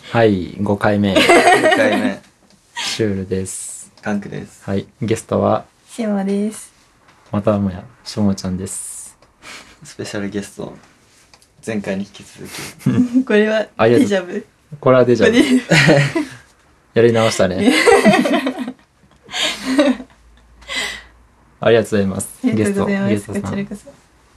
はい、5回目。 1回目シュールです。 カンクです。 はい、ゲストは、 シモです。 またもや、しもちゃんです。 スペシャルゲスト、前回に引き続き。 これはデジャブ。 これはデジャブ。 これやり直したね。ありがとうございます。 ありがとうございます。 ゲストさん。 こちらこそ。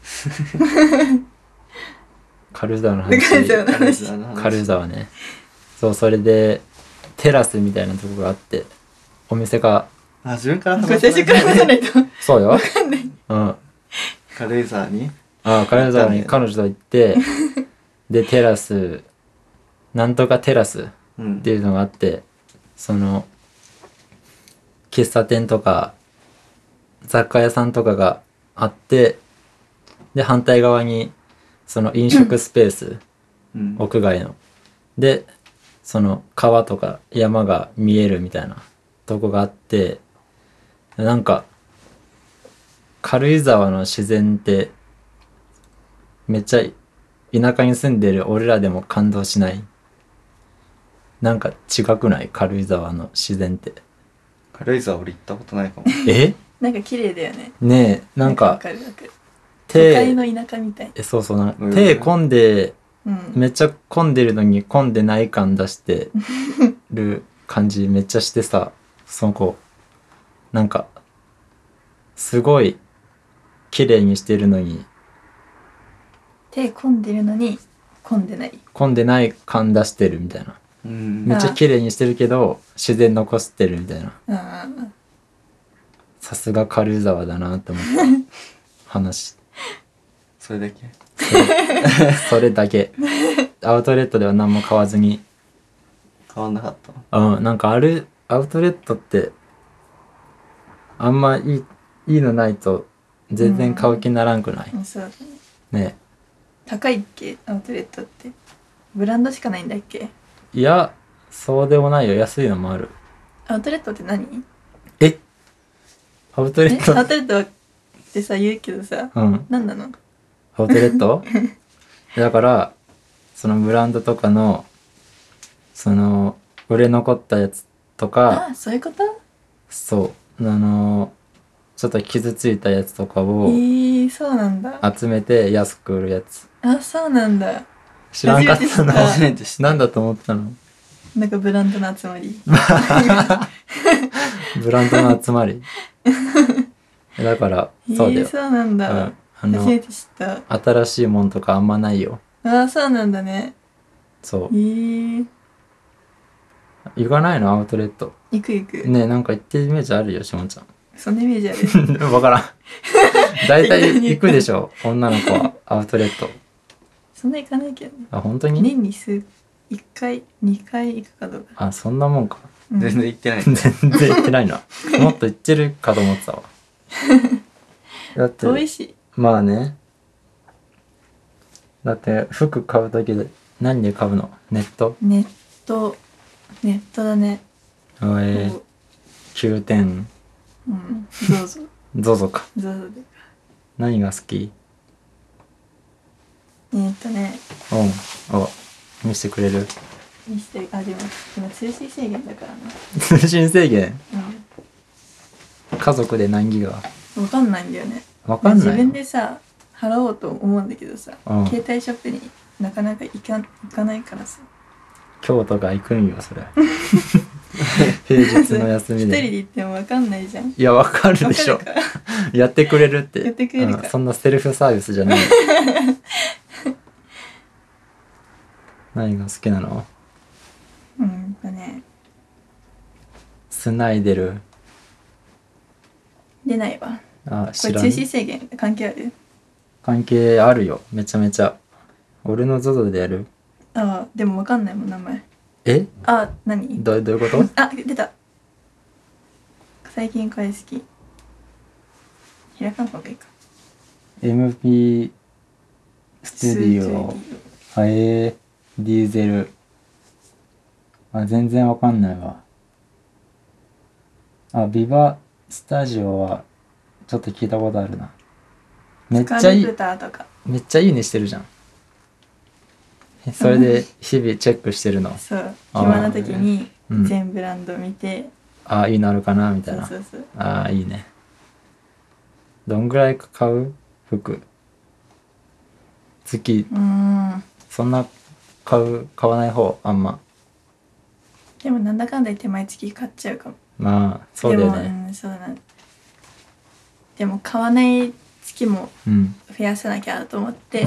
軽井沢の話。 軽井沢の軽井沢ね。そう、それで、テラスみたいなとこがあって、お店が、 あ、自分からこれ話最初から話さないと。 そうよ。 わかんない。 うん。 軽井沢に軽井沢に彼女と行って、で、テラス、なんとかテラスっていうのがあって、その、喫茶店とか、雑貨屋さんとかがあって、で、反対側に、その飲食スペース、屋外の。で、その川とか山が見えるみたいなとこがあって、なんか、軽井沢の自然って、めっちゃ田舎に住んでる俺らでも感動しない？なんか違くない？軽井沢の自然って。 軽井沢俺行ったことないかも。 なんか綺麗だよね。 ねえ、なんか、 わかる。都会の田舎みたい。 そうそうな、手込んで、 うん。 めっちゃ混んでるのに混んでない感出してる感じめっちゃしてさ、その子、なんか、すごい綺麗にしてるのに、 手込んでるのに混んでない。 混んでない感出してるみたいな。めっちゃ綺麗にしてるけど、自然残してるみたいな。さすが軽井沢だなって思った話。 それだけそれだけ。アウトレットでは何も買わずに。 変わんなかったなんかアウトレットって、あんまいいのないと全然買う気にならんくない？ そうだね。 ね。 高いっけアウトレットって。ブランドしかないんだっけ？ いや、そうでもないよ。安いのもある。 アウトレットって何？ アウトレットアウトレットってさ言うけどさ、何なの？ アウトレットだから、そのブランドとかの、その、売れ残ったやつとか、 そういうこと？ そう、ちょっと傷ついたやつとかをそうなんだ。 集めて安く売るやつ。 そうなんだ。 知らんかったの？ 初めて知った。 なんだと思ったの？ なんかブランドの集まり。 ブランドの集まり。だから、そうだよ。 そうなんだ。初めて知った。 新しいもんとかあんまないよ。 そうなんだね。 そう。行かないの？アウトレット。 行く。 ねえ、なんか行ってるイメージあるよ、しもちゃん。 そんなイメージある？ わからん。大体行くでしょ、女の子は、アウトレット。 そんな行かないけどね。 本当に？ 年に1回、2回行くかどうか。 そんなもんか。 全然行ってない。 全然行ってないな。もっと行ってるかと思ってたわ。だって遠いし。 まあね。だって服買うときで何で買うの？ネットだね。 9点。ゾゾか。 ゾゾで。 何が好き？ ね。 見せてくれる？ 見せて、でも通信制限だからな。 通信制限？家族で何ギガ？ わかんないんだよね。 わかんない。 自分でさ払おうと思うんだけどさ、携帯ショップになかなか行かないからさ。 今日とか行くんよそれ。平日の休みで。 一人で行ってもわかんないじゃん。 いやわかるでしょ。やってくれるって。 やってくれるか。 そんなセルフサービスじゃない。何が好きなの？スナイデル。 出ないわ。 知らん。 これ通信制限関係ある？ 関係あるよ、めちゃめちゃ。俺の ZOZO でやる？ でもわかんないもん名前。何？ どういうこと？ 出た。最近これ好き。開かん方がいいか。 MP スタジオ。ディーゼル。全然わかんないわ。ビバスタジオはちょっと聞いたことあるな。めっちゃいいねしてるじゃん。 それで日々チェックしてるの。 そうあー暇な時にうん全ブランド見て、 ああいいのあるかなみたそいうな。 そうそう。 ああいいね。どんぐらい買う服？月そんな買わない方あんま。 でもなんだかんだ言って毎月買っちゃうかも。 まあそうだよでね。 もそうだね。でも買わない月もうん増やさなきゃと思って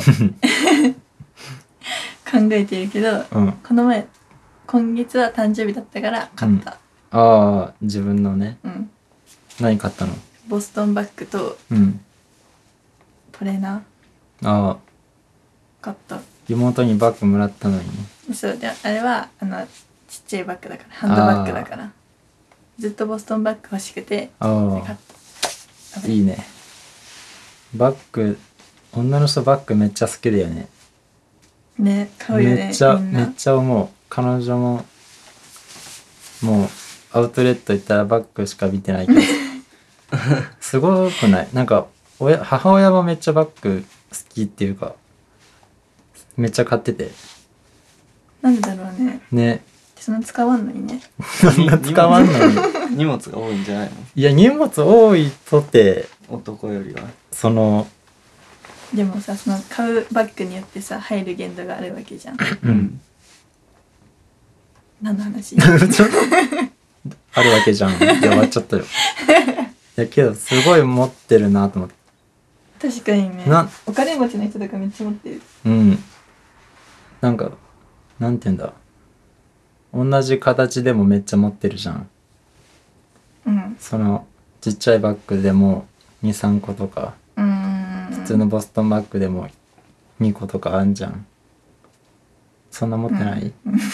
考えてるけど、 うん。 今月は誕生日だったから買った。 ああ自分のね。 うん。 何買ったの？ ボストンバッグとうん。 トレーナーああ買った。 妹にバッグもらったのにね。 そうで、あれはちっちゃいバッグだから、ハンドバッグだから、ずっとボストンバッグ欲しくて買あった。 あいいね。バッグ女の人バッグめっちゃ好きだよね。 ね、買うよね。 めっちゃみんなめっちゃ思う。彼女ももうアウトレット行ったらバッグしか見てないけどすごくない？なんか母親もめっちゃバッグ好きっていうかめっちゃ買っててなんでだろうね。 ね。 そんな使わんのにね。 そんな使わんのに荷物が多いんじゃないの？ いや荷物多いとて男よりは。 そのでもさ、その買うバッグによってさ入る限度があるわけじゃん。 うん何の話？ あるわけじゃん。で終わっちゃったよ。いやけどすごい持ってるなと思って。 確かにね。お金持ちの人とかめっちゃ持ってる。 うん。なんかなんて言うんだ。同じ形でもめっちゃ持ってるじゃん。 うんそのちっちゃいバッグでも2、3個とか、普通のボストンバッグでも2個とかあんじゃん。そんな持ってない？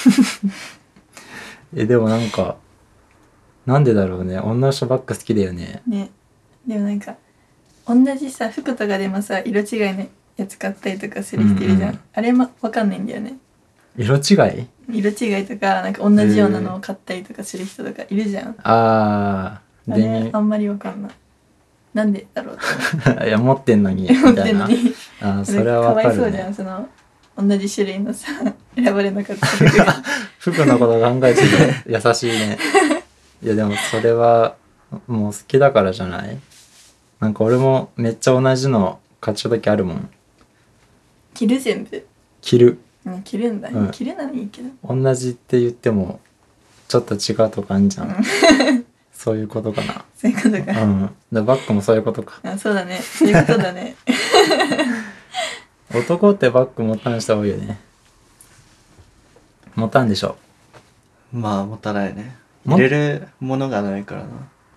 でもなんかなんでだろうね。女の人バッグ好きだよね。 ね。でもなんか同じさ服とかでもさ色違いのやつ買ったりとかする人いるじゃん。あれもわかんないんだよね。 色違い？ 色違いとかなんか同じようなのを買ったりとかする人とかいるじゃん。 ああれあんまりわかんない。なんでだろうって。 いや持ってんのにみ持ったいな。 てんのに。 あそれはわかるかわいそうじゃん。 ね。 その同じ種類のさ選ばれなかった服が。 服のこと考えてて優しいね。いやでもそれはもう好きだからじゃない？なんか俺もめっちゃ同じの買っちゃう時あるもん。 着る全部。 着る。 着るんだ。 うん着るならいいけど。 同じって言ってもちょっと違うとこあんじゃん。そういうことかな。 そういうことうか。 ん。でバッグもそういうことか。 あ、そうだね。そういうことだね。 男ってバッグ持たん人多いよね。持たんでしょ。 まあ持たないね。入れるものがないからな。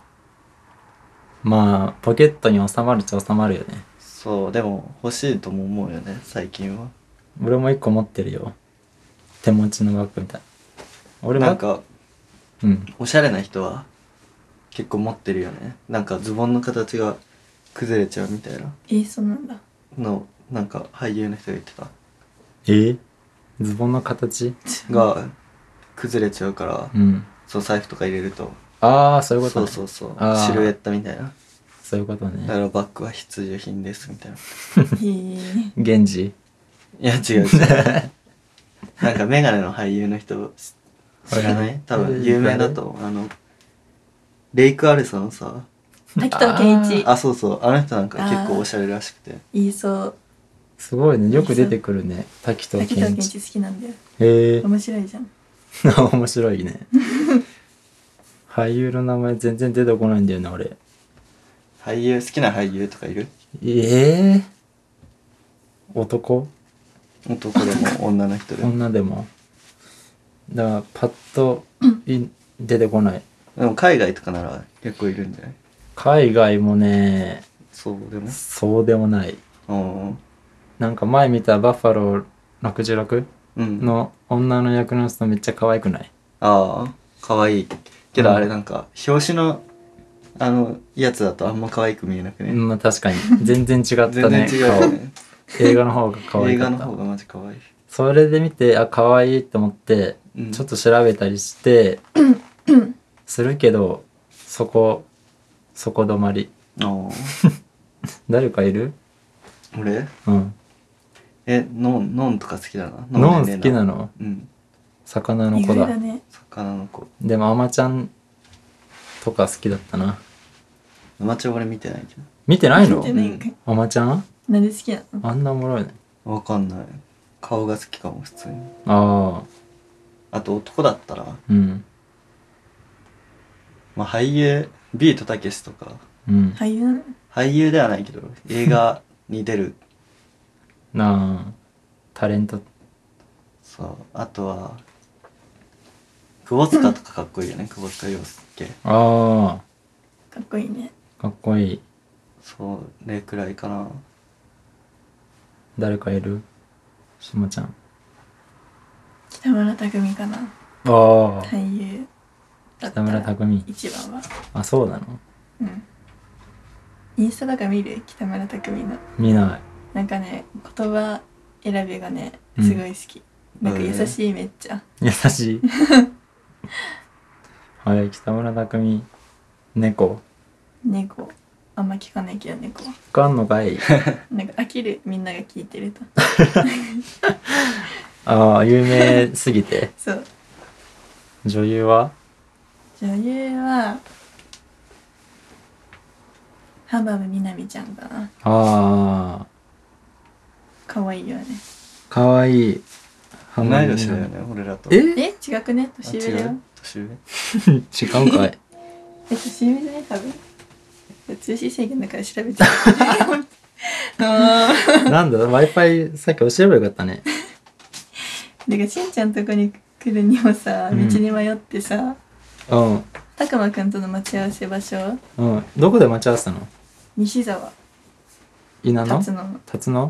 まあポケットに収まるっちゃ収まるよね。 そう、でも欲しいとも思うよね、最近は。 俺も一個持ってるよ。手持ちのバッグみたいな。俺なんかうん。 おしゃれな人は結構持ってるよね。なんかズボンの形が崩れちゃうみたいなそうなんだ。 の、なんか俳優の人が言ってた。 ズボンの形？ が崩れちゃうから、 うん。 そう財布とか入れると、 ああそういうことそうね。 そうそう、 あーシルエットみたいな。 そういうことだかね。 らバッグは必需品ですみたいな。 源氏？ いや違う違う。なんかメガネの俳優の人知らない？多分有名だとレイク・アルソンさ。 滝藤健一。 あ、そうそう、あの人なんか結構おしゃれらしくて。 言いそう。 すごいね。よく出てくるね。滝藤滝藤健健一。 一好きなんだよ。 へえ。 面白いじゃん。 面白いね。俳優の名前全然出てこないんだよね俺。 俳優、好きな俳優とかいる？ 男？ 男でも女の人でも。 女でも。だからパッと出てこない。 でも海外とかなら結構いるんじゃない？ 海外もね、 そうでも。 そうでもない。 うんなんか前見たバッファロー66 うん。 の女の役の人めっちゃ可愛くない？ ああ、可愛い。けどあれなんか表紙のやつだとあんま可愛く見えなくね。 まあ確かに全然違った全ね。 然違うよね。 顔。映画の方が可愛映かった。 画の方がマジ可愛い。 それで見て可愛いって思ってうんちょっと調べたりしてするけどそこ止まり。 ああ。 誰かいる？ 俺うん。 ノンとか好きだな。 ノン好きなの？ うん。 魚の意子だ。 外だね。 魚の子。 でもアマちゃんとか好きだったな。 アマチュア俺見てないけど。 見てないの？ 見てないんかい。 アマちゃんなんで好きなの？ あんなおもろいね。 わかんない。顔が好きかも普通に。 ああ。 あと男だったら、 うん。 まあ俳優、ビートたけしとか、 うん。 俳優なの？ 俳優ではないけど、映画に出る。 なあ。タレント。 そう。あとは、久保塚とかかっこいいよね。久保塚洋介。 あかっこいいね。 あ。かっこいい。 それくらいかな。 誰かいる？しもちゃん。 北村匠海かな。 ああ。 俳優だった北村ら匠海。 一番は。 あ、そうなの？ うん。インスタとか見る？北村匠海の。 見ななんかね、言葉選びがね、すごい好き。なんか優しいめっちゃ。 い。優しい。はい、北村匠海。猫。 猫。あんま聞かないけど猫は。 かんのかい？ なんか飽きる、みんなが聞いてると。 ああ、有名すぎて。 そう。 女優は？ 女優は、浜辺美波ちゃんかな。 ああ。 可愛いよね。 かわいい。 同い年だよね、俺らと。 え？ 違くね？年上だよ。 年上違うんかい。 年上じゃね多分。通信制限だから調べちゃう。あなんだ Wi-Fi さっき教えればよかったね。 だからしんちゃんとこに来るにもさ、道に迷ってさ、 うんたくまくんとの待ち合わせ場所、 うんどこで待ち合わせたの？ 西沢稲野？ 辰野の。 辰野？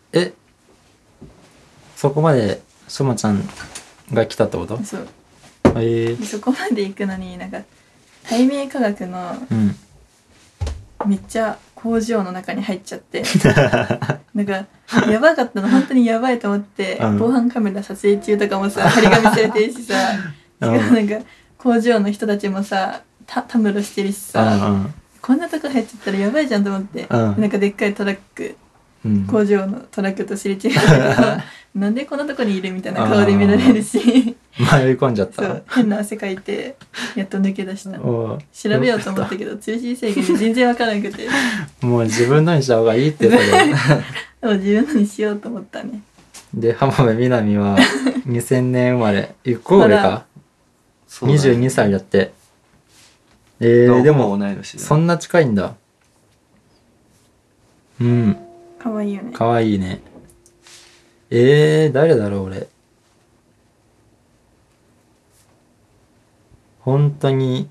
そこまでしもちゃんが来たってこと？ そう。 でそこまで行くのになんか対面科学のうんめっちゃ工場の中に入っちゃってなんかやばかったの、本当にやばいと思って、 うん防犯カメラ撮影中とかもさ張り紙されてるしさ、しかもなんか工場の人たちもさたむろしてるしさ、こんなとこ入っちゃったらやばいじゃんと思って、なんかでっかいトラック、工場のトラックとすれ違うけどなんでこんなとこにいるみたいな顔で見られるし迷い込んじゃった。 そう変な汗かいてやっと抜け出した。 お調べようと思ったけど通信制限で全然わからなくてもう自分のにした方がいいってそれでも自分のにしようと思ったね。 で浜辺美波は2000年生まれ1個上か、22歳だって。でも同い年だ。 そんな近いんだ。うんかわいいよね。 かわいいね。誰だろう俺。本当に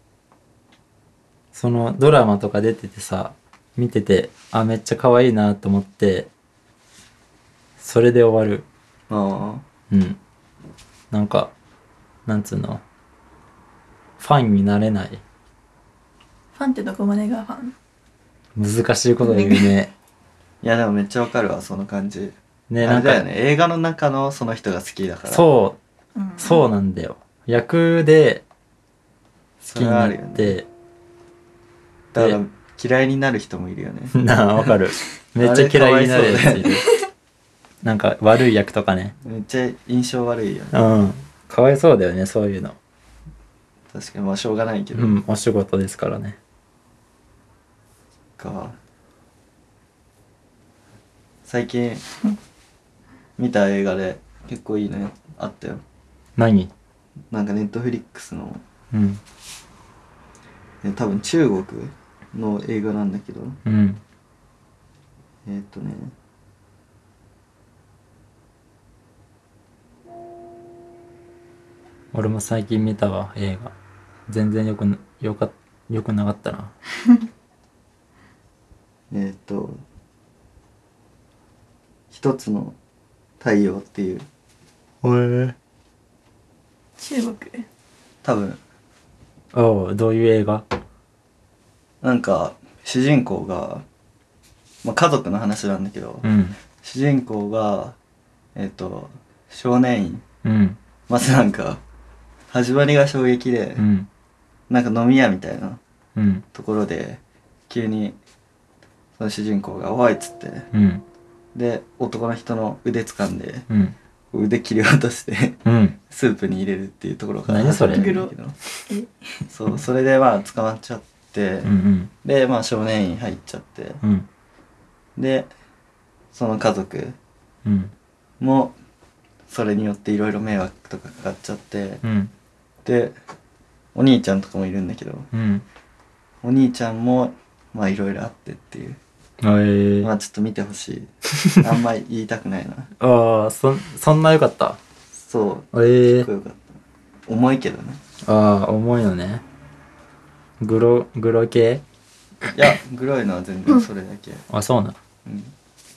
そのドラマとか出ててさ見ててめっちゃ可愛いなと思ってそれで終わる。うんなんかなんつうのファンになれない。 ファンってどこまでがファン？ 難しいこと言うね。 いやでもめっちゃわかるわその感じね。 なんかね、映画の中のその人が好きだから。 そうなんだよ。役で好きになって、 だから嫌いになる人もいるよね。 なあわかる。めっちゃ嫌いになるやついる。なんか悪い役とかね。 めっちゃ印象悪いよね。 かわいそうだよねそういうの。 確かにまあしょうがないけど。 お仕事ですからね。 最近見た映画で結構いいねあったよ。 何？ なんかネットフリックスの、多分中国の映画なんだけど、 俺も最近見たわ映画。全然よくなかったな。 一つの太陽っていう。 中国？ 多分。どういう映画？ なんか主人公が、家族の話なんだけど、主人公が少年院、まずなんか始まりが衝撃で、なんか飲み屋みたいなところで急にその主人公が「おい」っつって、 で男の人の腕掴んで、 うん、 腕切り落としてうん、 スープに入れるっていうところから何それ始まるんだけどそうそれでまあ捕まっちゃって、 うんうん、 でまあ少年院入っちゃって、 うん、 でその家族もそれによっていろいろ迷惑とかかかっちゃって、 うん、でお兄ちゃんとかもいるんだけど、 うん、 お兄ちゃんもまあいろいろあってっていう、まあちょっと見てほしいあんまり言いたくないなああ、そんな良かった。 そう結構良かった。重いけどね。 ああ、重いのね。グロ系。 いやグロいのは全然それだけあ、そうな。 うん、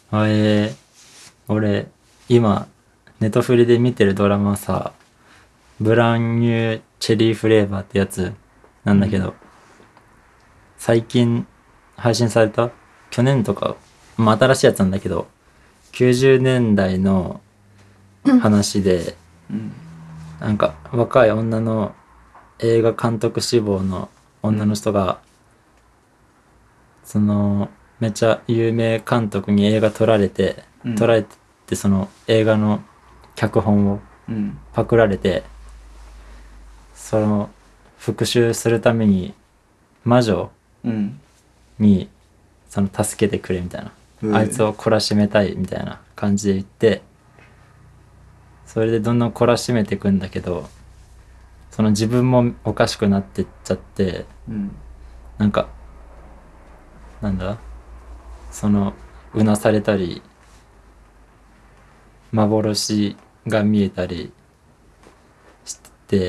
俺今ネトフリで見てるドラマさ、ブランニューチェリーフレーバーってやつなんだけど、最近配信された、去年とか、まあ新しいやつなんだけど、90年代の話で、なんか若い女の映画監督志望の女の人が、そのめっちゃ有名監督に映画撮られてその映画の脚本をパクられて、その復讐するために魔女にその助けてくれみたいな、あいつを懲らしめたいみたいな感じで言って、それでどんどん懲らしめていくんだけど、その自分もおかしくなってっちゃって、なんかなんだ、そのうなされたり幻が見えたりして、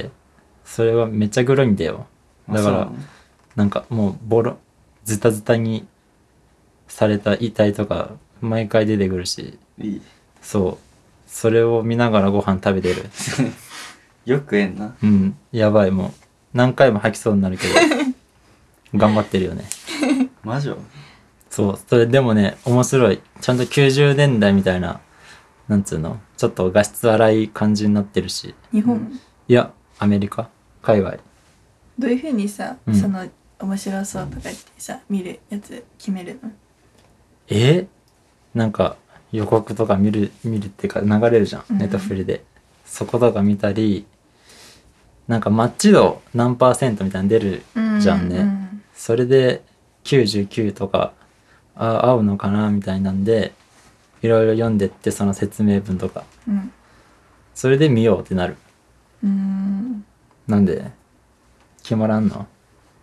それはめっちゃグロいんだよ。だからなんかもうズタズタにされた遺体とか毎回出てくるし、そうそれを見ながらご飯食べてるよくえんな。 うん、やばい、もう何回も吐きそうになるけど頑張ってるよね魔女。 そう、それでもね面白い。ちゃんと90年代みたいな、なんつうの、ちょっと画質荒い感じになってるし。 日本？ いやアメリカ海外。 どういうふうにさ、その面白そうとか言ってさ見るやつ決めるの？ なんか予告とか見るっていうか流れるじゃん、ネットフリで。そことか見たり、なんかマッチ度何%みたいに出るじゃんね、それで99とか合うのかなみたいなんでいろいろ読んでって、その説明文とか、それで見ようってなる。なんで決まらんの？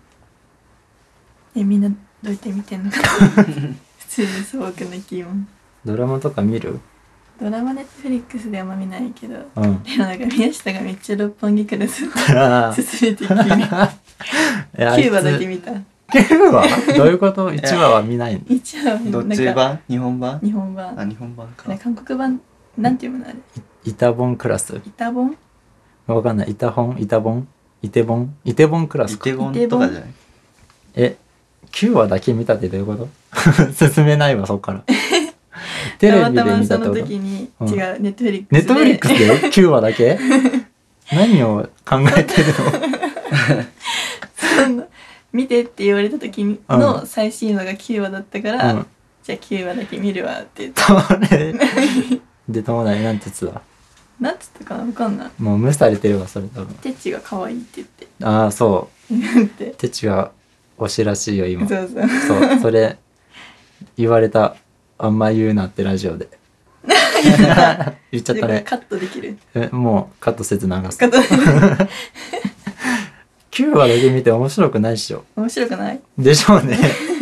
みんなどうやって見てんのかな普通に素朴な疑問。 ドラマとか見る？ ドラマネットフリックスであんま見ないけど、でもなんか宮下がめっちゃ六本木クラスを進めてきて9話だけ見た。 9話？どういうこと？1話は見ないの ？1話はどっち版？日本版？ 日本版。 あ、日本版か。 韓国版なんていうのあれ？ イタボンクラス？ イタボン？ わかんない。イタボンイテボンクラスか。 イテボンとかじゃない？ 9話だけ見たってどういうこと進めないわそっからテレビで見たってこと？ たまたまその時に、違う、ネットフリックスで。 ネットフリックスで9話だけ何を考えてるの見てって言われた時の最新話が9話だったから、じゃあ9話だけ見るわって言ってで友達なんて言ってた？ なんつったかな、分かんない。 もう無視されてるわそれ多分。 テチが可愛いって言って。 ああそうてテチが推しらしいよ今。 そうそれ言われた。あんま言うなってラジオで言っちゃったね。 カットできる？ もうカットせず流す。 カット 9話だけ見て面白くないっしょ。 面白くないでしょうね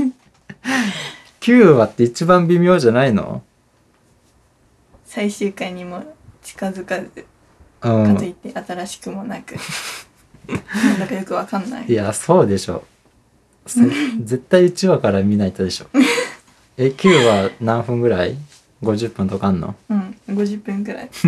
9話って一番微妙じゃないの？ 最終回にも近づかず、かといって新しくもなくなんかよくわかんない。 いやそうでしょ絶対1話から見ないとでしょ9話何分ぐらい？50分とかあんの ？50分くらい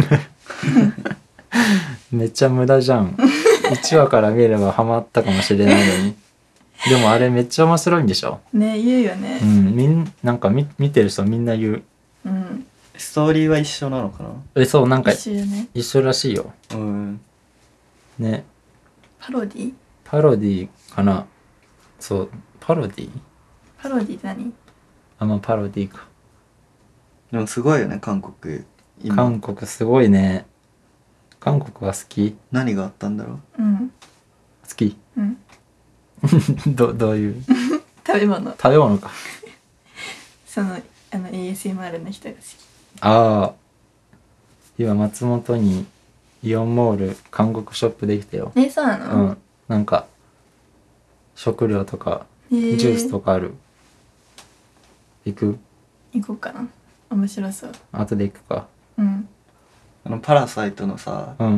めっちゃ無駄じゃん1話から見ればハマったかもしれないのにでもあれめっちゃ面白いんでしょ？ ね、言うよね。 なんか見てる人みんな言う。 ストーリーは一緒なのかな？ そう、なんか一緒よね。 一緒らしいよ。ね。 パロディ？ パロディかな。そう、パロディ？ パロディって何？ まあパロディか。 でもすごいよね韓国今。 韓国すごいね。韓国は好き？ 何があったんだろう。 うん好き？ うんどういう食べ物食べ物か。 そのASMR の人が好き。 ああ、今松本にイオンモール韓国ショップできたよ。 そうなの？ うん、なんか食料とかジュースとかある。行く？ 行こうかな。面白そう。 後で行くか。 うん。 パラサイトのさ、 うん。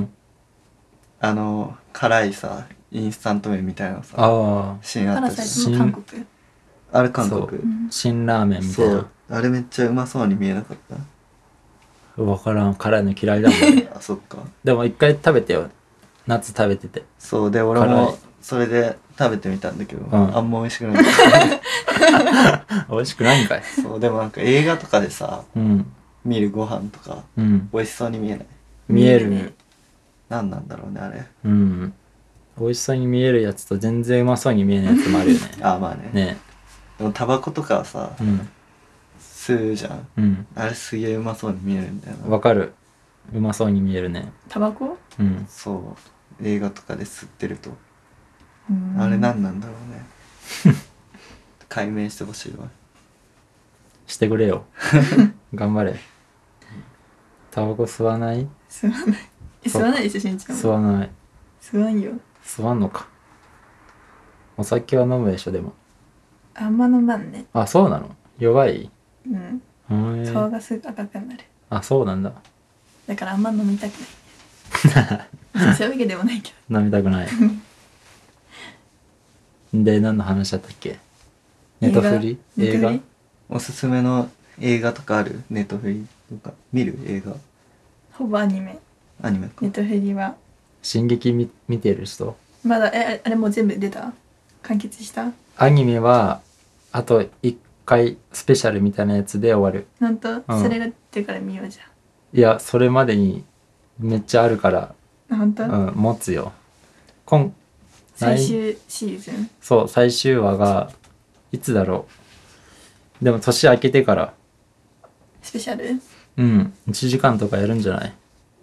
辛いさインスタント麺みたいなさああ、 シーンあったパラサイじトの韓国。 ゃん。あれ韓そう国。 辛ラーメンみたそいな。 うあれめっちゃうまそうに見えなかっわからん、辛いの嫌いだもんね。 た。あそっか。 でも一回食べてよ。夏食べてて。 そうで俺辛いもそれで食べてみたんだけど、 んあんま美味しくない美味しくないんかい。 そうでもなんか映画とかでさうん。 見るご飯とかうん。 美味しそうに見えない。 見えるね。 何なんだろうねあれ。 うん。美味しそうに見えるやつと全然うまそうに見えないやつもあるよね。 あまあね。 ねでもタバコとかはさ、 うん。 吸うじゃん。 うん。 あれすげえうまそうに見えるんだよな。 わかる。うまそうに見えるね。 タバコ？ うん。 そう映画とかで吸ってるとうんあれ何なんだろうね。解明してほしいわ。 してくれよ。頑張れ。タバコ吸わない？ 吸わない。吸わないでしょしんちゃんも。 吸わない。 吸わんよ。 吸わんのか。お酒は飲むでしょ、でも。 あんま飲まんね。 あ、そうなの？弱い？ うんへえ。 顔がすぐ赤くなる。 あ、そうなんだ。 だからあんま飲みたくないそういうわけでもないけ飲みたくない。で、何の話だったっけ？ネど。 トフリ？映画？ おすすめの映画とかある？ネットフリとか見る映画ほぼアニメ。 アニメかネットフリは進撃見てる人？ まだあれもう全部出た？完結した？ アニメはあと1回スペシャルみたいなやつで終わる。 なんと、それが出てから見ようじいや、それまでにめっちゃあるからゃん。本当？ 持つよ。 最終シーズン。 そう、最終話がいつだろう。でも年明けてからスペシャル？ 1時間とかやるんじゃない？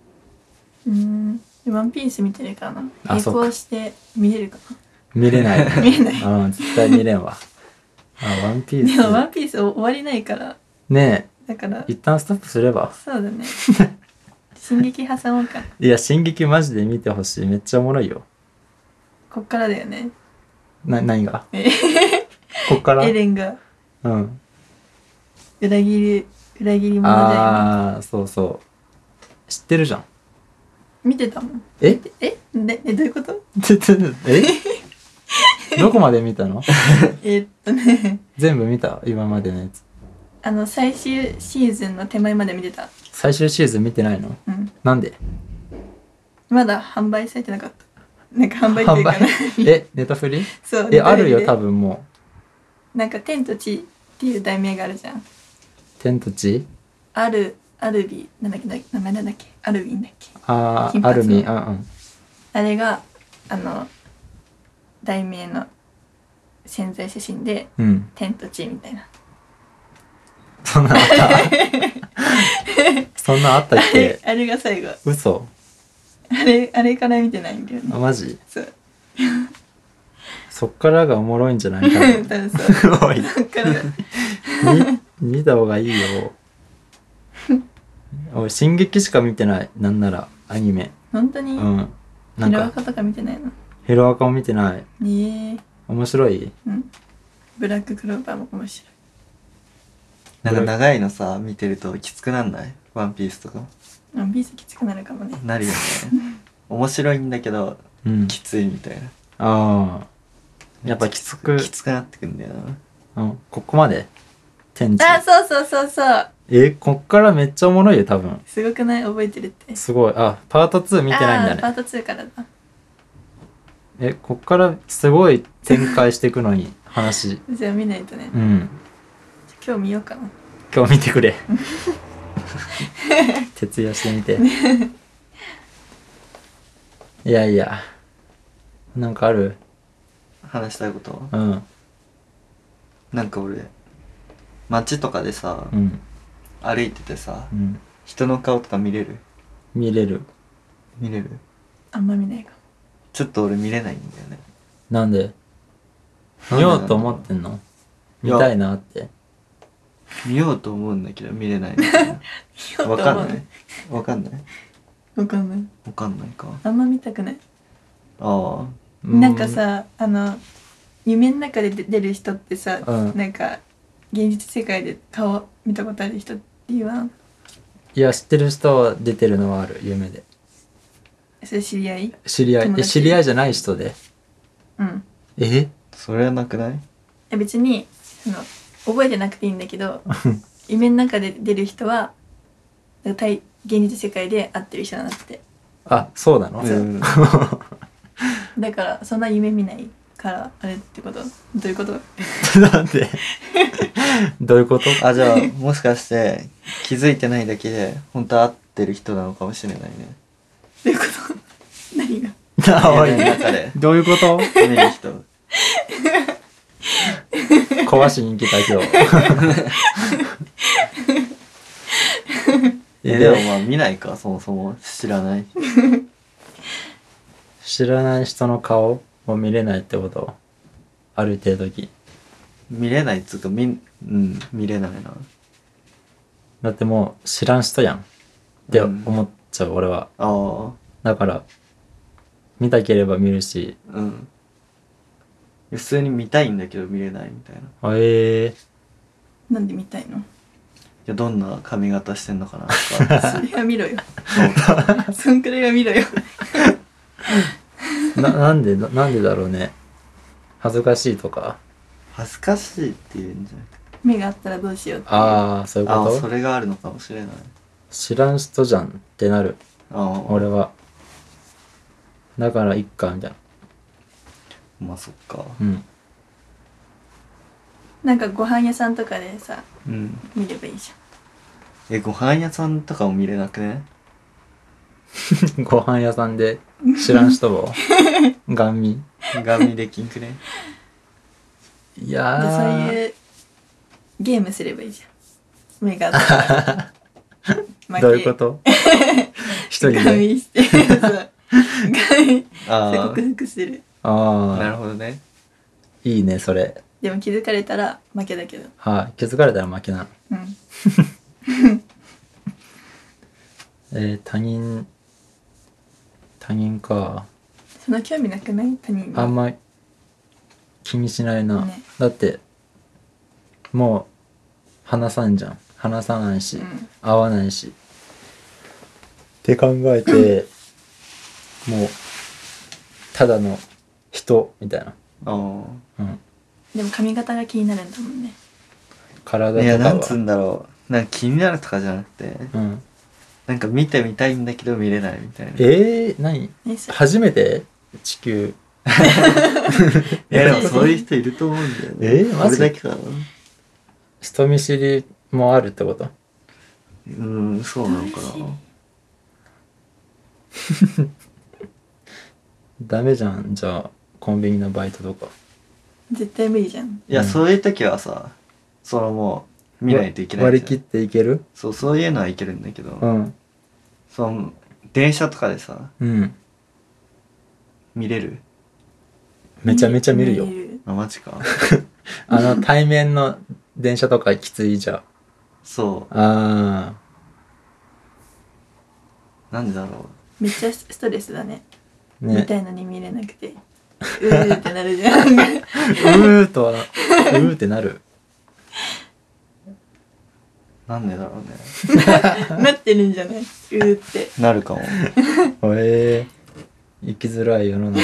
ワンピース見てるからな。 あ並行して見れるか見れない。 な。見れない。 絶対見れんわ。ワンピース。 でもワンピース終わりないからねだからえ、一旦ストップすれば。 そうだね進撃挟もうかな。 いや、進撃マジで見てほしい。めっちゃおもろいよ。 こっからだよね。 何が？こっからエレンがうん。 裏切り者だよね。 ああ、そうそう。知ってるじゃん。 見てたもん。 えどういうこと？ えどこまで見たの？ ね全部見た？今までのやつ。 最終シーズンの手前まで見てた。 最終シーズン見てないの？ うんなんで？ まだ販売されてなかった。なんか販売っていうかなネタフリ？ そうあるよ、多分。 分もなんか天と地っていう題名があるじゃん。 う。天と地？ アルビなんだっけ、名前なんだっけ、アルビンだっけ。 ああ、 金髪のアルミン、うん。 あれが題名の宣材写真でうん。 天と地みたいな。 そんなあったそんなあったっけ？ あれが最後。 嘘？ あれから見てないんだよね。 あ、マジ？ そうそっからがおもろいんじゃないか多分そうな。おい、 そっからだ見た方がいいよ。おい、進撃しか見てない。なんなら、アニメ。 本当に、 うん。なんか、 ヒロアカとか見てないの？ ヘロアカも見てない。面白い？ ブラッククローバーも面白い。 なんか長いのさ見てるときつくなんない？ワンピースとかワンピースきつくなるかもね。 なるよね。面白いんだけどうん。 きついみたいな。 ああ。やっぱきつくなってくんだよな。 ここまで天地。 そうこっからめっちゃおもろいよ、多分。 すごくない？覚えてるって。 すごい。パート2見てないんだね。 パート2からだ。 こっからすごい展開していくのに、話。 じゃあ見ないとね。 うん。 今日見ようかな。 今日見てくれ。徹夜してみて。いやいや。なんかある？ 話したいこと？ うん。 なんか俺街とかでさ、 うん。 歩いててさ、人の顔とか見れる？ 見れる。 あんま見ないかも。 ちょっと俺見れないんだよね。 なんで？見ようと思ってんの？見たいなって。 見ようと思うんだけど見れないみたいな。わかんない。わかんないか。 あんま見たくない。 ああ。 なんかさ、夢の中で出る人ってさ、なんか現実世界で顔見たことある人って言わん？ いや、知ってる人は出てるのはある、夢で。 それ知り合い知り合いじゃない人で。 うん。 それはなくない？ 別に覚えてなくていいんだけど夢の中で出る人は現実世界で会ってる人なんだって。 あ、そうなの？ だからそんな夢見ないからあれってこと？どういうこと？ なんでどういうこと？ あ、じゃあもしかして気づいてないだけで本当は会ってる人なのかもしれないね。 どういうこと？何が？ 夢の中でどういうこと？ 見る人壊しに来た今日。 でもまあ見ないか、そもそも知らない人の顔を見れないってこと？ある程度見れないっつうか見れないな。 だってもう知らん人やんって思っちゃう、俺は。だから見たければ見るし。 普通に見たいんだけど見れないみたいな。 なんで見たいの？ どんな髪型してんのかなとかそれは見ろよそんくらいは見ろよなんでだろうね。恥ずかしいとか？ 恥ずかしいっていうんじゃない？ 目があったらどうしようっていう。 ああ、そういうこと？ それがあるのかもしれない。 知らん人じゃんってなる。俺は。だからいっかみたいな。 まあそっか。 なんかご飯屋さんとかでさ、見ればいいじゃん。ご飯屋さんとかも見れなくね？ ご飯屋さんで知らん人をガン見できんくね？ いやー、そういうゲームすればいいじゃん。目があったらどういうこと？一人でガン見して克服する。 なるほどね。 いいねそれ。 でも気づかれたら負けだけど。 気づかれたら負けな。他人か。 その興味なくない？他人あんま気にしないな、だってもう話さないし、会わないしって考えてもうただの人みたいな。 でも髪型が気になるんだもんね。 体とかは。 いや、なんつうんだろう、なんか気になるとかじゃなくて、なんか見てみたいんだけど見れないみたいな。 何？初めて地球でもそういう人いると思うんだよね。 マジ？ 俺だけかな。 人見知りもあるってこと？ そうなのかな。 ダメじゃん。じゃあコンビニのバイトとか絶対無理じゃん。 いや、そういう時はさ、もう見ないといけない。 割り切っていける？ そういうのはいけるんだけど、電車とかでさ、見れる？ めちゃめちゃ見るよ。 マジか。 対面の電車とかきついじゃん。 そう。なんでだろう。めっちゃストレスだね。見たいのに見れなくてってなるじゃんってなる。 なんでだろうね。 なってるんじゃない？ってなるかも。 生きづらい世の中。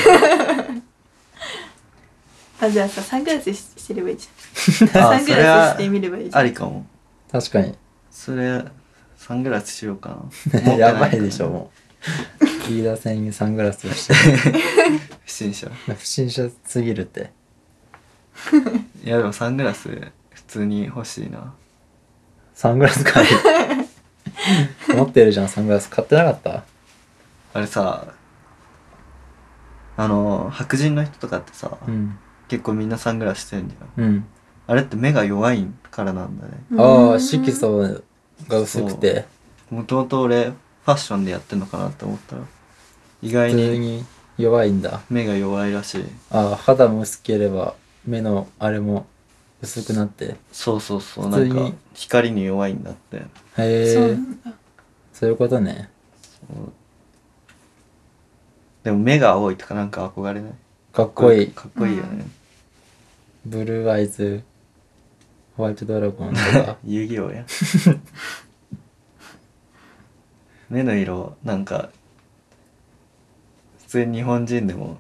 じゃあさ、サングラスしてればいいじゃん。サングラスしてみればいいじゃん。 ありかも。 確かに。 それサングラスしようかな。やばいでしょもう。飯田さんにサングラスをして不審者すぎるって。 いやでもサングラス普通に欲しいな。 サングラス買い持ってるじゃん。サングラス買ってなかった？ あれさ、白人の人とかってさ、結構みんなサングラスしてんじゃん。あれって目が弱いからなんだね。 色素が薄くて、 もともと俺ファッションでやってんのかなって思ったら意外普通にに弱いんだ。 目が弱いらしい。 ああ、肌も薄ければ目のあれも薄くなって。 そうそうそう、 普通になんか光に弱いんだって。 へえ、 そうなんだ。 そういうことね。 でも目が青いとかなんか憧れない？ かっこいい。 かっこいいよね。 ブルーアイズホワイトドラゴンとか遊戯王や。目の色なんか普通に日本人でも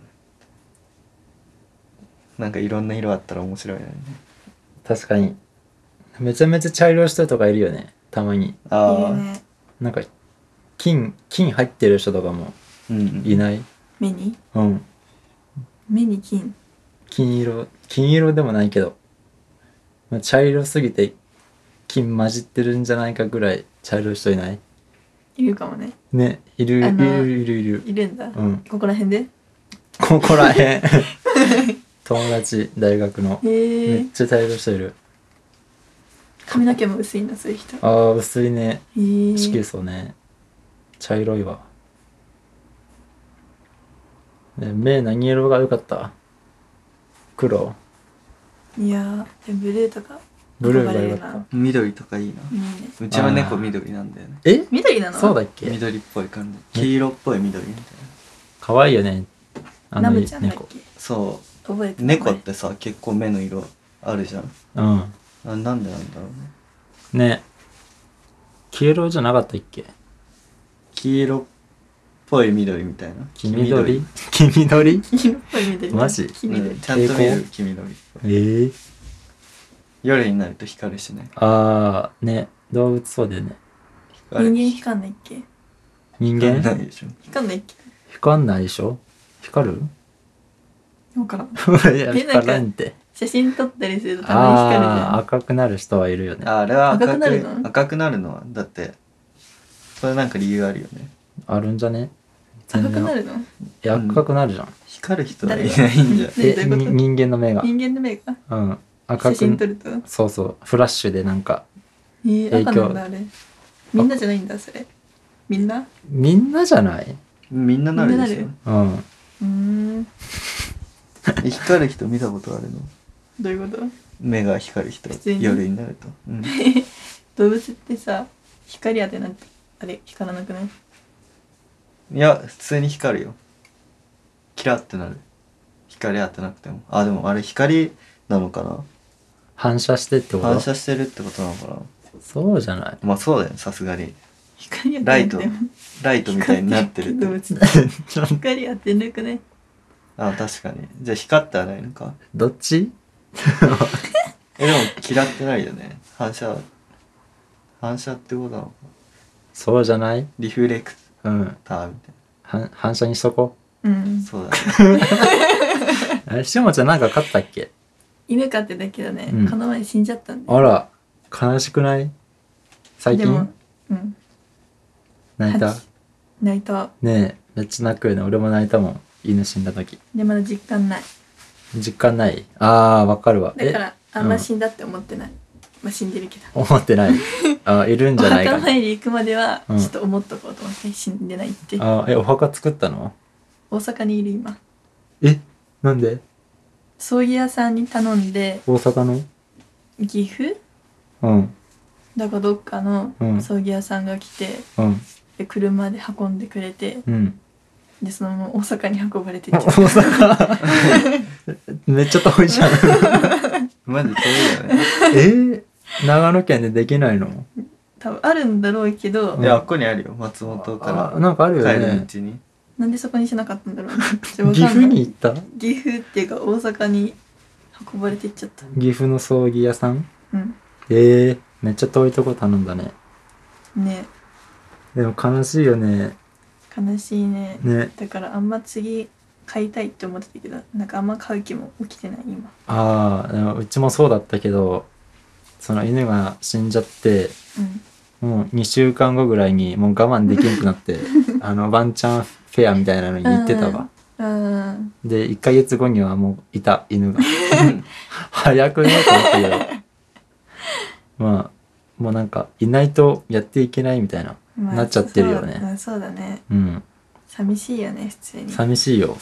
なんかいろんな色あったら面白いよね。 確かにめちゃめちゃ茶色い人とかいるよね、たまに。 いああ、 るね。 なんか金入ってる人とかもうんうん、 いない？ 目にうん目に金。 金色でもないけど、まあ茶色すぎて金混じってるんじゃないかぐらい茶色い人いない？ いるかもね。 ね、いるいるんだ。 うんここら辺で。 ここらへん友達大学のへえめっ。ちゃ茶色い人いる。 髪の毛も薄いんだ、そういう人。 ああ薄いね。 へえ。 色素ね、茶色いわ。ね、目何色が良かった？黒？ いやー、ブルーとか。 ブルーが憧れるな良かった。 緑とかいいな。 いいね。 うちの猫緑なんだよね。 え、 緑なの？ そうだっけ？ 緑っぽい感じ。黄色っぽい緑みたいな。 可愛いよね、あのナムちゃんだっ猫。 け？ そ覚えてう、猫ってさ結構目の色あるじゃん。 うんなんでなんだろうね。 ね、黄色じゃなかったっけ？ 黄色っぽい緑みたいな。 黄緑？黄緑？ 黄色っぽい緑。 マジ？ 黄緑。 うん、ちゃんと見る黄緑。夜になると光るしね。 ああね、動物そうだよね。 光る。 人間光んないっけ？ 人光んな間いでしょ。 光んないっけ？ 光んないでしょ？光る？ わからん。 いやえ光らんって。 写真撮ったりするとたまに光るじああゃん。 赤くなる人はいるよね。 あれは赤くなるの？ 赤くなるのはだってそれなんか理由あるよね。 あるんじゃね？ 赤くなるの？ いや赤くなるじゃん。 光る人はいないんじゃん。 どういうこと？ 人間の目が。 人間の目がうん赤写真撮く。 ると？ そうそうフラッシュでなんか影響赤なんだあれ。みんなじゃないんだそれ。みんな？ みんなじゃない？ みんななるでしょ。 うん。 光る人見たことあるの？ どういうこと？ 目が光る人普通に夜になると。うん、 動物ってさ光当てなんてあれ光らなくない？ いや普通に光るよ。キラってなる。光当てなくても。あでもあれ光なのかな。 反射してってこと？ 反射してるってことなのかな。 そうじゃない？ まあそうだよね、さすがに。 光当てライトなくてもライトみたいになってるって動物光当てなくね？ あ確かに。じゃあ光ってはないのか。 どっち？ でも嫌ってないよね。反射ってことなのか。 そうじゃない？ リフレクうんターみたい反射にしとこうんな。そうだね。 あれしもちゃんなんか飼ったっけ？ 犬飼ってたけどね、 うんこの前死んじゃったんだよ。 あら悲しくない？最でも近うん泣いた？ 泣いた。 ねえめっちゃ泣くよね。俺も泣いたもん、犬死んだ時。 でまだ実感ない。 実感ない？あーわかるわ。 だからあんま死んだって思ってない。まあ死んでるけど。 思ってない。あいるんじゃないおかな。 墓参り行くまではうんちょっと思っとこうと思って、死んでないって。 あお墓作ったの？ 大阪にいる今。 えなんで？ 葬儀屋さんに頼んで、 大阪の？ 岐阜うんだかどっかのうん葬儀屋さんが来て、 うんで車で運んでくれて、 うんでそのまま大阪に運ばれてっ大ちゃった。 阪めっちゃ遠いじゃん。 マジ遠いよね。 長野県でできないの？ 多分あるんだろうけど、 いや、あっこにあるよ。松本かなんかあるらよね。 帰る道に。 なんでそこにしなかったんだろうね。ちょっと岐わかんない阜に行った？ 岐阜っていうか大阪に運ばれてっちゃった。 岐阜の葬儀屋さん？ うんめっちゃ遠いとこ頼んだね。 ね、 でも悲しいよね。 悲しいね。 ね。 だからあんま次買いたいって思ってたけど、なんかあんま買う気も起きてない今。 ああでもうちもそうだったけど、その犬が死んじゃってもう2週間後ぐらいにもう我慢できなくなってワンチャンフェアみたいなのに行ってたわ。 うんで1ヶ月後にはもういた犬が早くねと思ったけどまあもうなんかいないとやっていけないみたいな、 まあなっちゃってるよね。 そうだね。 うん。 寂しいよね普通に。 寂しいよ。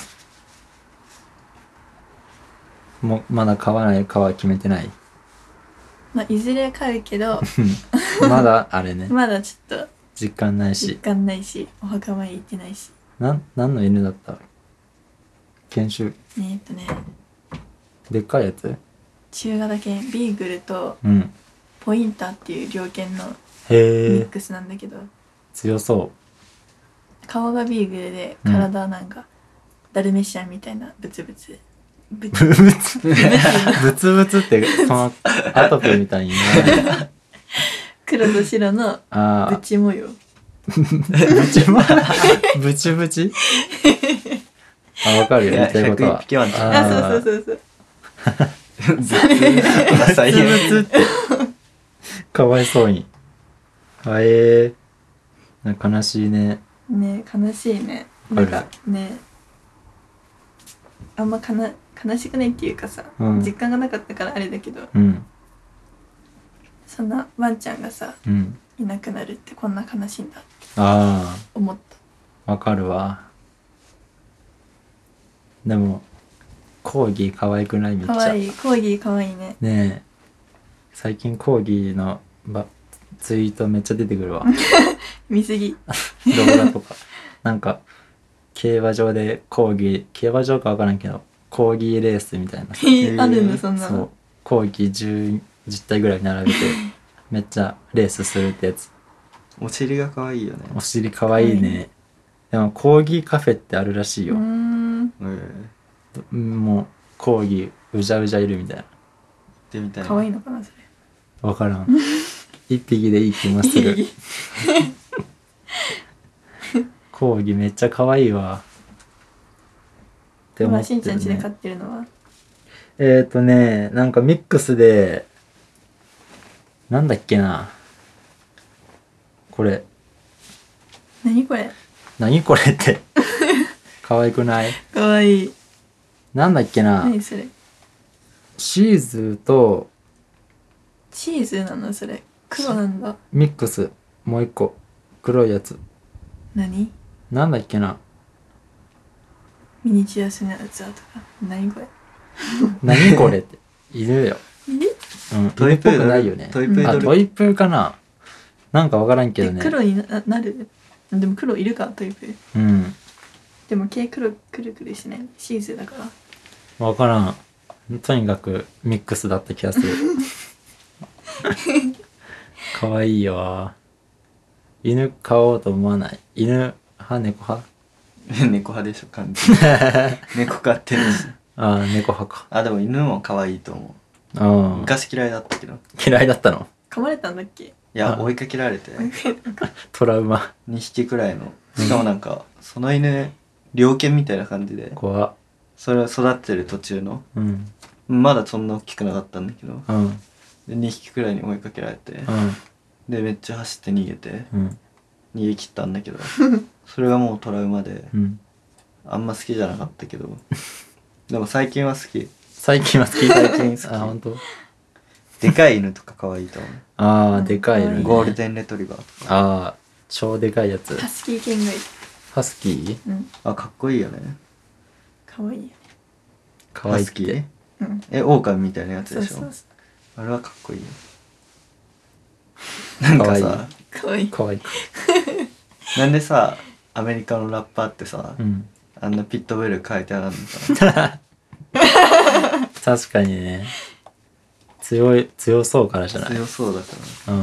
もうまだ買わないかは決めてない。 まあいずれ買うけどまだあれね。 まだちょっと実感ないし。 実感ないし、お墓参り行ってないし。 何の犬だった？犬種。 ねでっかいやつ？ 中型犬ビーグルとポインターっていう猟犬のミックスなんだけど、 強そう。 顔がビーグルで体なんかダルメシアンみたいなブツブツブツブツってそのアトピーみたいにね。 黒と白のブチ模様。 ブチブチあ、わかるよ言ってることは。 101匹ワンちゃん。 あ、そうそうそうブツブツってかわいそうに。悲しいね。 ね、悲しいね。なんかね、あんま悲しくないっていうかさ、実感がなかったからあれだけど、そんなワンちゃんがさ、いなくなるってこんな悲しいんだって思った。 わかるわ。でもコーギー可愛くない？めっちゃ可愛い。コーギー可愛いね。 ねえ、最近コーギーのツイートめっちゃ出てくるわ。 見すぎ。 動画とかなんか競馬場で競馬場か分からんけどコーギーレースみたいなあるんだそんなの。 そう、コーギー10体ぐらい並べてめっちゃレースするってやつ。 お尻が可愛いよね。 お尻可愛いね。でもコーギーカフェってあるらしいよ。もうコーギーうじゃうじゃいるみたいな。 でみたいな。 可愛いのかなそれ。 分からん。一匹でいい気もする。コーギーめっちゃ可愛いわ。 って思ってるね。しんちゃん家で飼ってるのはなんかミックスでなんだっけなこれ。 何これって可愛くない？ 可愛い。 なんだっけな。 何それ？ チーズとチーズなのそれ？黒なんだ。 ミックスもう一個黒いやつ。なんだっけな。 ミニチュアスナウザーとか。何これ？ 何これっているよ。トイプードルないよね。トイプーかな。なんかわからんけどね。 黒になる。でも黒いるかトイプー。でも毛くるくるしない。シーズだから。 わからん。とにかくミックスだった気がする。かわいいよ。犬飼おうと思わない？犬派猫派？ 猫派でしょ完全に。猫飼ってるし。 猫派か。 でも犬も可愛いと思う。昔嫌いだったけど。 嫌いだったの？ 噛まれたんだっけ？ いや追いかけられて。 トラウマ。 2匹くらいの。しかもなんかその犬猟犬みたいな感じで。 怖っ。 それを育ってる途中の。まだそんな大きくなかったんだけど。で2匹くらいに追いかけられて。でめっちゃ走って逃げて。逃げ切ったんだけどそれがもうトラウマで、あんま好きじゃなかったけどでも最近は好き。 最近好き。 本当。でかい犬とか可愛いと思う。 でかい犬、 ゴールデンレトリバーとか。 超でかいやつ。 ハスキー犬がいい。 ハスキー？ かっこいいよね。 可愛いよね。 可愛いって。 狼みたいなやつでしょ。あれはかっこいいよ。なんかさかわいい。 なんでさアメリカのラッパーってさ、あんなピットブル書いてあるのかな。確かにね。強そうからじゃない？ 強そうだから。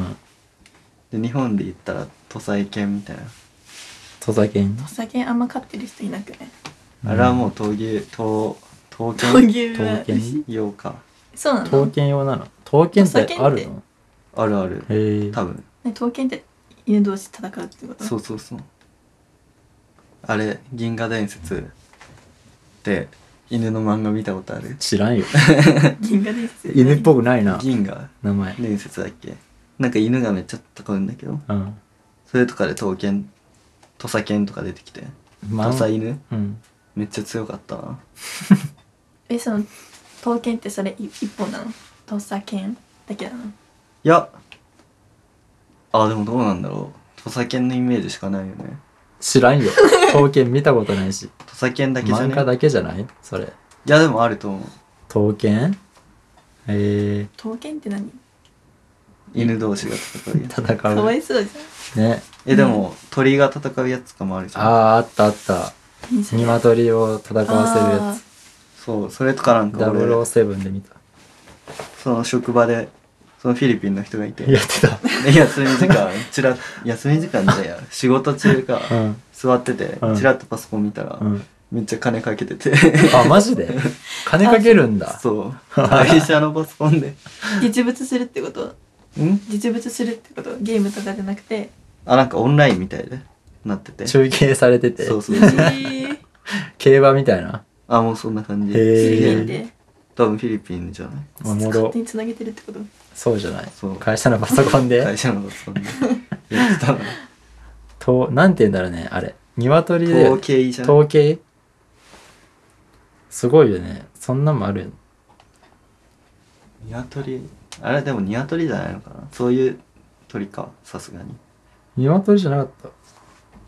で日本で言ったら土佐犬みたいな。 土佐犬あんま飼ってる人いなくね。 あれはもう闘犬用か。 そうなの？ 闘犬用なの？闘犬ってあるの？ あるある。多分。 闘犬って犬同士戦うってこと？ そう。あれ銀河伝説って犬の漫画見たことある？ 知らんよ。 銀河伝説。 犬っぽくないな。 銀河名前伝説だっけ？なんか犬がめっちゃ戦うんだけど、それとかで土佐犬とか出てきて、土佐犬、めっちゃ強かったな。 その闘犬ってそれ一本なの？土佐犬だけなの？ いやあ、でもどうなんだろう。土佐犬のイメージしかないよね。 知らんよ。刀剣見たことないし。 土佐犬だけじゃね。 漫画だけじゃないそれ。 いやでもあると思う。 刀剣刀剣って何？ 犬同士が戦うやつ。 戦う。 かわいそうじね。 でも鳥が戦うやつとかもあるじゃん。 あったあった。 ゃん。 鶏を戦わせるやつ。 そう、それとかなんか俺 007で見た。 その職場でそのフィリピンの人がいてやってた。 で休み時間休み時間じゃや仕事中か、座っててチラッとパソコン見たら、めっちゃ金かけててあ、マジで金かけるんだ。 そう会社のパソコンで実物するってこと？実物するってこと？ゲームとかじゃなくて、 なんかオンラインみたいでなってて中継されてて。 そう競馬みたいな。 もうそんな感じ。 フィリピンで多分フィリピンじゃない。 おもろ。 勝手に繋げてるってこと？ そうじゃない。 そう会社のパソコンで会社のパソコンでやってたの。 なんて言うんだろうね、あれ。鶏で。 統計じゃない。 統計すごいよね。そんなんもあるよ。 鶏あれでも鶏じゃないのかな。そういう鳥か、さすがに。 鶏じゃなかった。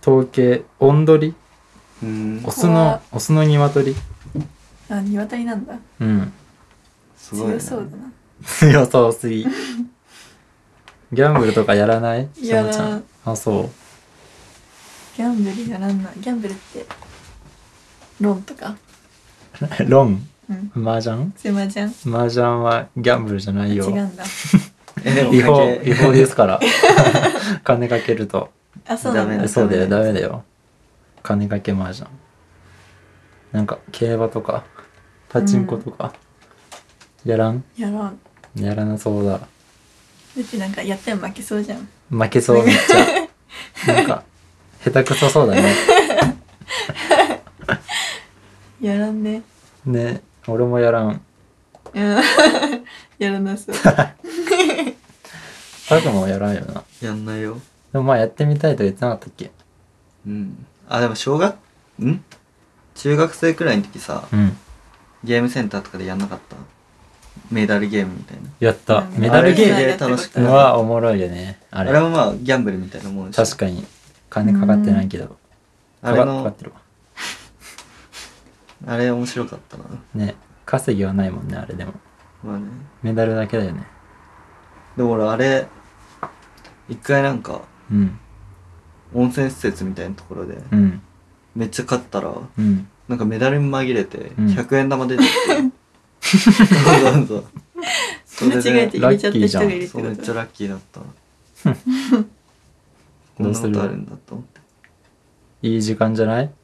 統計、音鳥オスの鶏。 あ、鶏なんだ。 うん。 すごい、ね、 強そうだな。 強そうすぎ。ギャンブルとかやらない？ やらん。 あ、そう。 ギャンブルやらんな。ギャンブルってロンとかロン？ うん。 麻雀？ 麻雀？ 麻雀はギャンブルじゃないよ。 違うんだ。 でも違法ですから。金かけると。 あ、そうなんだ。 そうだよ、ダメだよ。金かけ麻雀。なんか競馬とかパチンコとか、やらん？ やらん。 やらなそうだ。 だってなんかやっても負けそうじゃん。 負けそうめっちゃ。なんか下手くそそうだね。 やらんね。 ね、俺もやらん。 やらなそう。 タクもやらんよな。 やんないよ。 でもまあやってみたいと言ってなかったっけ？ でも中学生くらいの時さ、ゲームセンターとかでやんなかった？メダルゲームみたいな。 やった。メダルゲーム楽しくのはおもろいよね。あれはまあギャンブルみたいなもんでしょ。 確かに金かかってないけど。 あれかかってるわ。 あれ面白かったな。 ね、稼ぎはないもんね、あれでも。 まあね。 メダルだけだよね。 でも俺あれ一回なんか、温泉施設みたいなところで、めっちゃ勝ったら、なんかメダルに紛れて100円玉出てきて、 それで間違えて入れちゃった人がいるってこと？ めっちゃラッキーだった。こんなことあるんだと思って。 いい時間じゃない？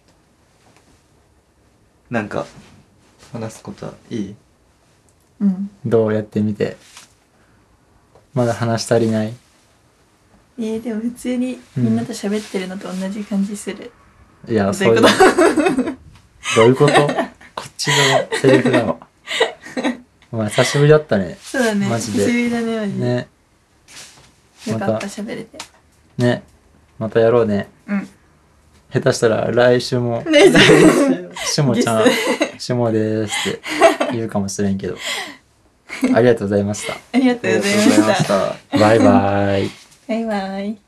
なんか話すことはいい？ どうやってみて？まだ話足りない？ でも普通にみんなと喋ってるのと同じ感じする。 いや、そういうこと。どういうこと？こっちのセリフだわ。お前久しぶりだったね。 そうだね。 マジで。 久しぶりだね、マジで。 ね。 よかった、喋れて。 ね。またやろうね。下手したら来週も、しもちゃん、しもでーすって言うかもしれんけど。ありがとうございました。 ありがとうございました。 バイバイ。 バイバイ。